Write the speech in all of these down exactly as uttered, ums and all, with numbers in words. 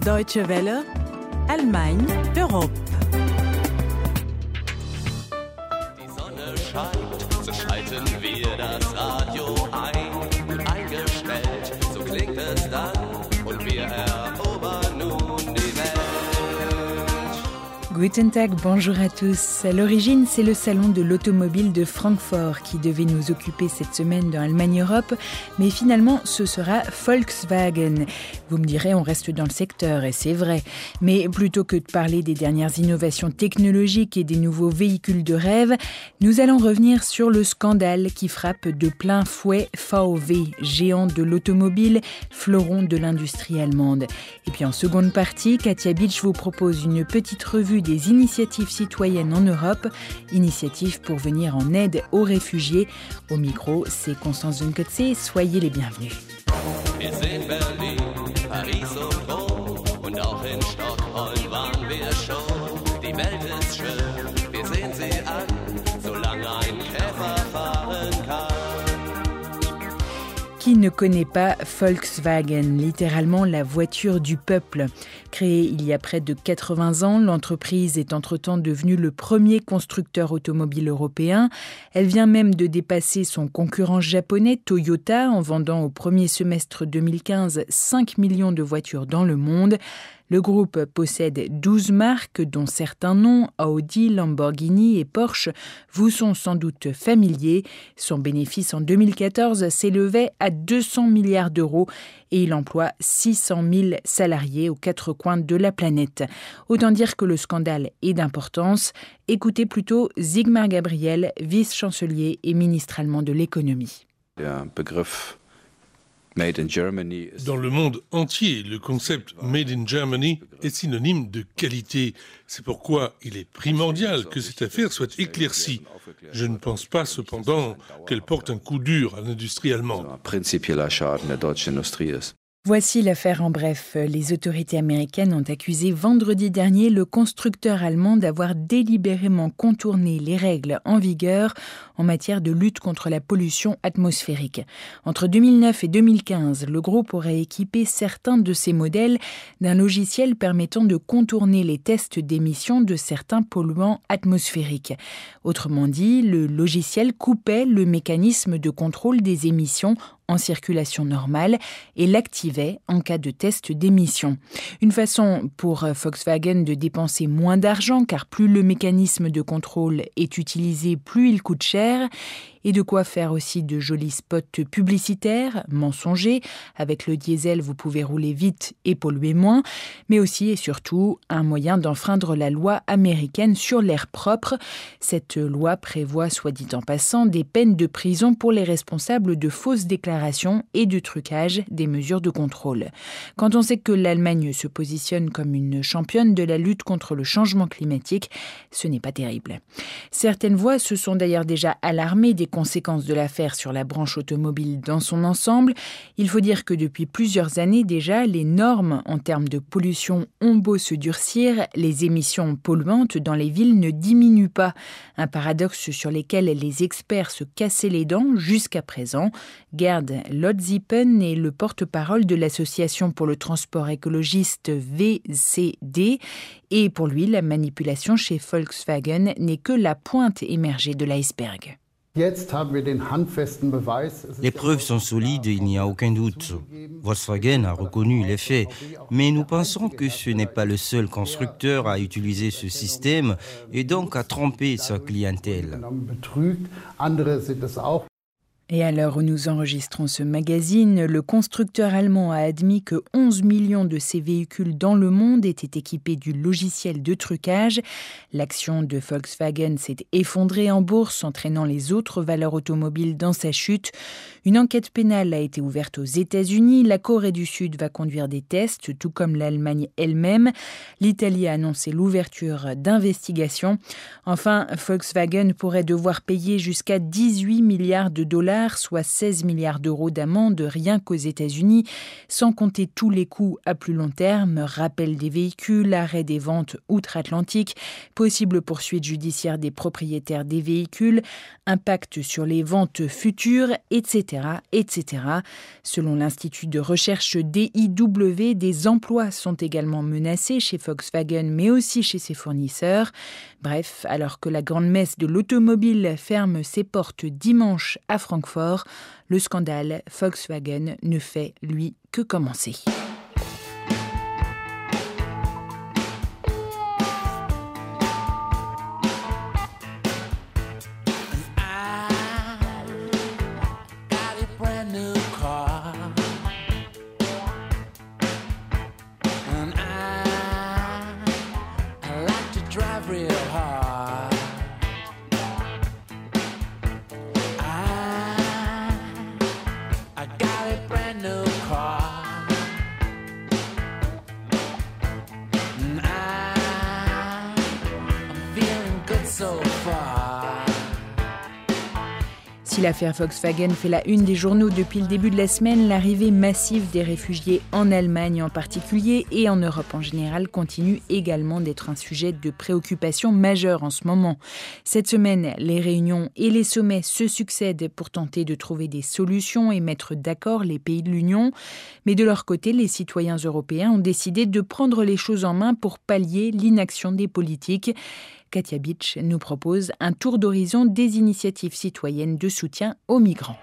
Deutsche Welle, Allemagne, Europe. Die Sonne scheint, so schalten wir das Radio ein. Eingestellt, so klingt es dann, und wir erobern nun die Welt. Guten Tag, bonjour à tous. À l'origine, c'est le salon de l'automobile de Francfort qui devait nous occuper cette semaine dans Allemagne-Europe, mais finalement, ce sera Volkswagen. Vous me direz, on reste dans le secteur, et c'est vrai. Mais plutôt que de parler des dernières innovations technologiques et des nouveaux véhicules de rêve, nous allons revenir sur le scandale qui frappe de plein fouet V W, géant de l'automobile, fleuron de l'industrie allemande. Et puis en seconde partie, Katia Bitsch vous propose une petite revue des initiatives citoyennes en Europe, initiatives pour venir en aide aux réfugiés. Au micro, c'est Constance Zunkotze, soyez les bienvenus. Wir sehen Berlin, Paris und Rom, und auch in Stockholm waren wir schon. Die Welt ist schön, wir sehen sie an, solange ein Käfer fahren kann. Qui ne connaît pas Volkswagen, littéralement la voiture du peuple? Créée il y a près de quatre-vingts ans, l'entreprise est entre-temps devenue le premier constructeur automobile européen. Elle vient même de dépasser son concurrent japonais Toyota en vendant au premier semestre deux mille quinze cinq millions de voitures dans le monde. Le groupe possède douze marques, dont certains noms, Audi, Lamborghini et Porsche, vous sont sans doute familiers. Son bénéfice en deux mille quatorze s'élevait à deux cents milliards d'euros et il emploie six cent mille salariés aux quatre coins de la planète. Autant dire que le scandale est d'importance. Écoutez plutôt Sigmar Gabriel, vice-chancelier et ministre allemand de l'économie. Der Begriff Made in Germany. Dans le monde entier, le concept Made in Germany est synonyme de qualité. C'est pourquoi il est primordial que cette affaire soit éclaircie. Je ne pense pas cependant qu'elle porte un coup dur à l'industrie allemande. Prinzipieller Schaden der deutschen Industrie ist. Voici l'affaire en bref. Les autorités américaines ont accusé vendredi dernier le constructeur allemand d'avoir délibérément contourné les règles en vigueur en matière de lutte contre la pollution atmosphérique. Entre deux mille neuf et deux mille quinze, le groupe aurait équipé certains de ses modèles d'un logiciel permettant de contourner les tests d'émissions de certains polluants atmosphériques. Autrement dit, le logiciel coupait le mécanisme de contrôle des émissions en circulation normale et l'activait en cas de test d'émission. Une façon pour Volkswagen de dépenser moins d'argent car plus le mécanisme de contrôle est utilisé, plus il coûte cher. Et de quoi faire aussi de jolis spots publicitaires, mensongers. Avec le diesel, vous pouvez rouler vite et polluer moins, mais aussi et surtout un moyen d'enfreindre la loi américaine sur l'air propre. Cette loi prévoit, soit dit en passant, des peines de prison pour les responsables de fausses déclarations et de trucage des mesures de contrôle. Quand on sait que l'Allemagne se positionne comme une championne de la lutte contre le changement climatique, ce n'est pas terrible. Certaines voix se sont d'ailleurs déjà alarmées des conséquences de l'affaire sur la branche automobile dans son ensemble. Il faut dire que depuis plusieurs années déjà, les normes en termes de pollution ont beau se durcir, les émissions polluantes dans les villes ne diminuent pas. Un paradoxe sur lequel les experts se cassaient les dents jusqu'à présent. Gerd Lotzippen est le porte-parole de l'association pour le transport écologiste V C D et pour lui, la manipulation chez Volkswagen n'est que la pointe émergée de l'iceberg. Les preuves sont solides, il n'y a aucun doute. Volkswagen a reconnu les faits, mais nous pensons que ce n'est pas le seul constructeur à utiliser ce système et donc à tromper sa clientèle. Et à l'heure où nous enregistrons ce magazine, le constructeur allemand a admis que onze millions de ses véhicules dans le monde étaient équipés du logiciel de trucage. L'action de Volkswagen s'est effondrée en bourse, entraînant les autres valeurs automobiles dans sa chute. Une enquête pénale a été ouverte aux États-Unis. La Corée du Sud va conduire des tests, tout comme l'Allemagne elle-même. L'Italie a annoncé l'ouverture d'investigations. Enfin, Volkswagen pourrait devoir payer jusqu'à dix-huit milliards de dollars dollars, soit seize milliards d'euros d'amende rien qu'aux États-Unis, sans compter tous les coûts à plus long terme, rappel des véhicules, arrêt des ventes outre-Atlantique, possible poursuite judiciaire des propriétaires des véhicules, impact sur les ventes futures, et cetera, et cetera. Selon l'Institut de recherche D I W, des emplois sont également menacés chez Volkswagen, mais aussi chez ses fournisseurs. Bref, alors que la grande messe de l'automobile ferme ses portes dimanche à Francfort, le scandale Volkswagen ne fait, lui, que commencer. Si l'affaire Volkswagen fait la une des journaux depuis le début de la semaine, l'arrivée massive des réfugiés en Allemagne en particulier et en Europe en général continue également d'être un sujet de préoccupation majeure en ce moment. Cette semaine, les réunions et les sommets se succèdent pour tenter de trouver des solutions et mettre d'accord les pays de l'Union. Mais de leur côté, les citoyens européens ont décidé de prendre les choses en main pour pallier l'inaction des politiques. Katia Bitsch nous propose un tour d'horizon des initiatives citoyennes de soutien aux migrants.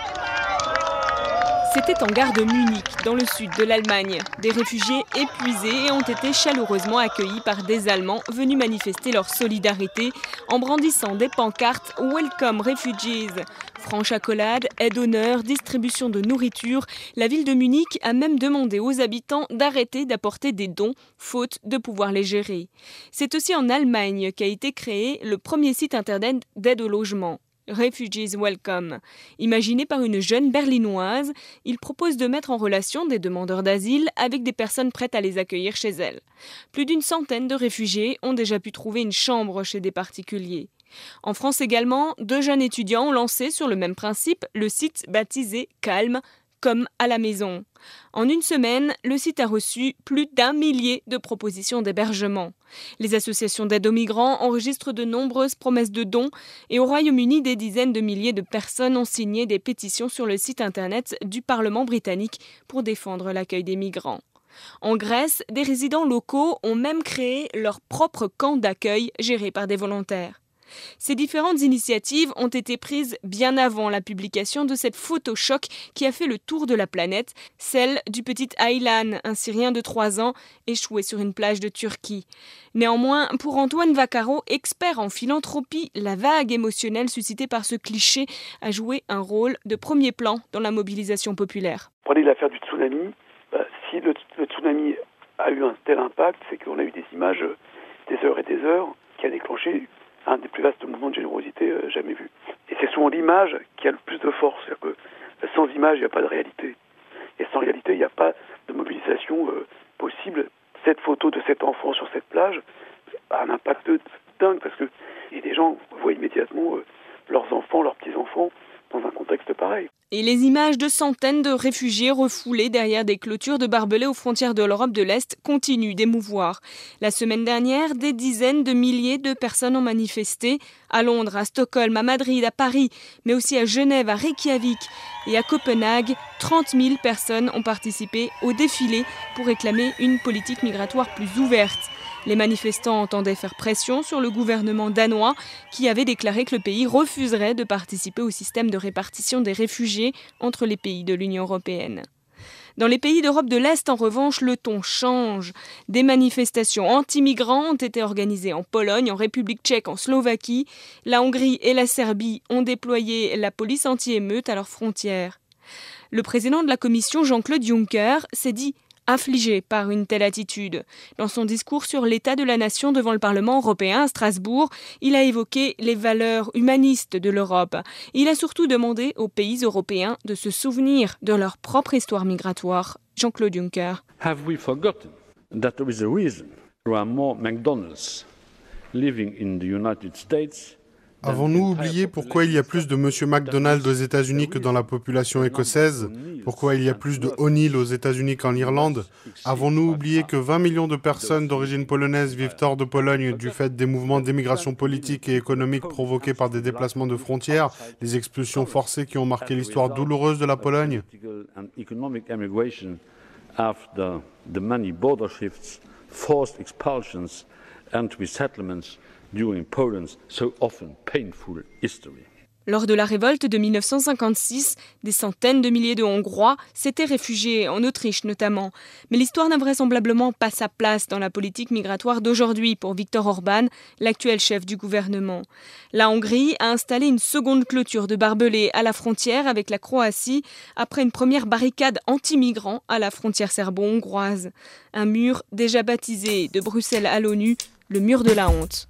C'était en gare de Munich, dans le sud de l'Allemagne. Des réfugiés épuisés ont été chaleureusement accueillis par des Allemands venus manifester leur solidarité en brandissant des pancartes « Welcome Refugees ». Franche accolade, aide d'honneur, distribution de nourriture. La ville de Munich a même demandé aux habitants d'arrêter d'apporter des dons, faute de pouvoir les gérer. C'est aussi en Allemagne qu'a été créé le premier site internet d'aide au logement. Refugees Welcome. Imaginé par une jeune berlinoise, il propose de mettre en relation des demandeurs d'asile avec des personnes prêtes à les accueillir chez elles. Plus d'une centaine de réfugiés ont déjà pu trouver une chambre chez des particuliers. En France également, deux jeunes étudiants ont lancé sur le même principe le site baptisé Calme, comme à la maison. En une semaine, le site a reçu plus d'un millier de propositions d'hébergement. Les associations d'aide aux migrants enregistrent de nombreuses promesses de dons et au Royaume-Uni, des dizaines de milliers de personnes ont signé des pétitions sur le site internet du Parlement britannique pour défendre l'accueil des migrants. En Grèce, des résidents locaux ont même créé leur propre camp d'accueil géré par des volontaires. Ces différentes initiatives ont été prises bien avant la publication de cette photo choc qui a fait le tour de la planète, celle du petit Aylan, un Syrien de trois ans, échoué sur une plage de Turquie. Néanmoins, pour Antoine Vaccaro, expert en philanthropie, la vague émotionnelle suscitée par ce cliché a joué un rôle de premier plan dans la mobilisation populaire. Prenez l'affaire du tsunami. Bah, si le, le tsunami a eu un tel impact, c'est qu'on a eu des images des heures et des heures qui a déclenché un des plus vastes mouvements de générosité euh, jamais vus. Et c'est souvent l'image qui a le plus de force. C'est-à-dire que sans image, il n'y a pas de réalité. Et sans réalité, il n'y a pas de mobilisation euh, possible. Cette photo de cet enfant sur cette plage a un impact dingue parce que et les gens voient immédiatement euh, leurs enfants, leurs petits-enfants dans un contexte pareil. Et les images de centaines de réfugiés refoulés derrière des clôtures de barbelés aux frontières de l'Europe de l'Est continuent d'émouvoir. La semaine dernière, des dizaines de milliers de personnes ont manifesté à Londres, à Stockholm, à Madrid, à Paris, mais aussi à Genève, à Reykjavik et à Copenhague. trente mille personnes ont participé au défilé pour réclamer une politique migratoire plus ouverte. Les manifestants entendaient faire pression sur le gouvernement danois qui avait déclaré que le pays refuserait de participer au système de répartition des réfugiés entre les pays de l'Union européenne. Dans les pays d'Europe de l'Est, en revanche, le ton change. Des manifestations anti-migrants ont été organisées en Pologne, en République tchèque, en Slovaquie. La Hongrie et la Serbie ont déployé la police anti-émeute à leurs frontières. Le président de la Commission, Jean-Claude Juncker, s'est dit affligé par une telle attitude. Dans son discours sur l'état de la nation devant le Parlement européen à Strasbourg, il a évoqué les valeurs humanistes de l'Europe. Il a surtout demandé aux pays européens de se souvenir de leur propre histoire migratoire. Jean-Claude Juncker. Have we forgotten that there is a reason there are more McDonald's living in the United States Avons-nous oublié pourquoi il y a plus de Monsieur McDonald aux États-Unis que dans la population écossaise? Pourquoi il y a plus de O'Neill aux États-Unis qu'en Irlande? Avons-nous oublié que vingt millions de personnes d'origine polonaise vivent hors de Pologne du fait des mouvements d'émigration politique et économique provoqués par des déplacements de frontières, les expulsions forcées qui ont marqué l'histoire douloureuse de la Pologne? After the many border shifts, forced expulsions and resettlements during Poland's so often painful history. Lors de la révolte de mille neuf cent cinquante-six, des centaines de milliers de Hongrois s'étaient réfugiés, en Autriche notamment. Mais l'histoire n'a vraisemblablement pas sa place dans la politique migratoire d'aujourd'hui pour Viktor Orban, l'actuel chef du gouvernement. La Hongrie a installé une seconde clôture de barbelés à la frontière avec la Croatie après une première barricade anti-migrants à la frontière serbo-hongroise. Un mur déjà baptisé de Bruxelles à l'ONU, le mur de la honte.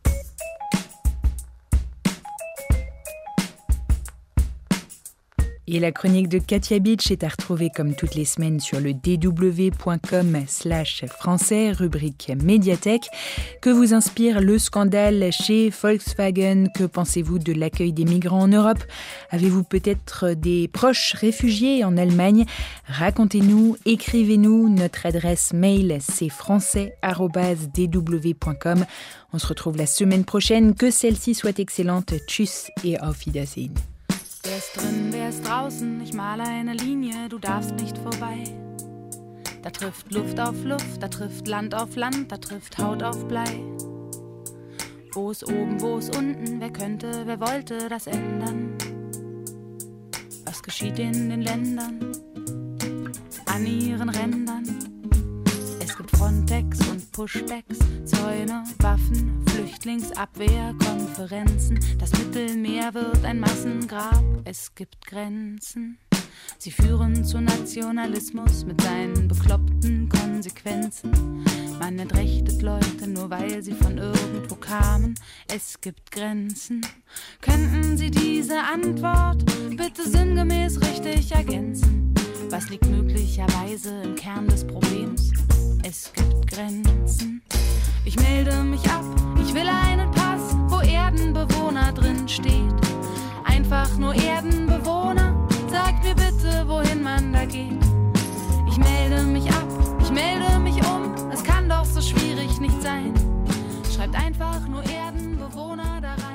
Et la chronique de Katia Beach est à retrouver comme toutes les semaines sur le d w point com slash français, rubrique médiathèque. Que vous inspire le scandale chez Volkswagen? Que pensez-vous de l'accueil des migrants en Europe? Avez-vous peut-être des proches réfugiés en Allemagne? Racontez-nous, écrivez-nous. Notre adresse mail, c'est français arobase d w point com. On se retrouve la semaine prochaine. Que celle-ci soit excellente. Tschüss et auf Wiedersehen. Wer ist drin, wer ist draußen? Ich male eine Linie, du darfst nicht vorbei. Da trifft Luft auf Luft, da trifft Land auf Land, da trifft Haut auf Blei. Wo ist oben, wo ist unten? Wer könnte, wer wollte das ändern? Was geschieht in den Ländern? An ihren Rändern? Es gibt Frontex und Pushbacks, Zäune, Waffen, Flüchtlingsabwehr, Konferenzen. Das Mittelmeer wird ein Massengrab, es gibt Grenzen. Sie führen zu Nationalismus mit seinen bekloppten Konsequenzen. Man entrechtet Leute nur, weil sie von irgendwo kamen. Es gibt Grenzen. Könnten Sie diese Antwort bitte sinngemäß richtig ergänzen? Was liegt möglicherweise im Kern des Problems? Es gibt Grenzen. Ich melde mich ab, ich will einen Pass, wo Erdenbewohner drin steht. Einfach nur Erdenbewohner, sagt mir bitte, wohin man da geht. Ich melde mich ab, ich melde mich um, es kann doch so schwierig nicht sein. Schreibt einfach nur Erdenbewohner da rein.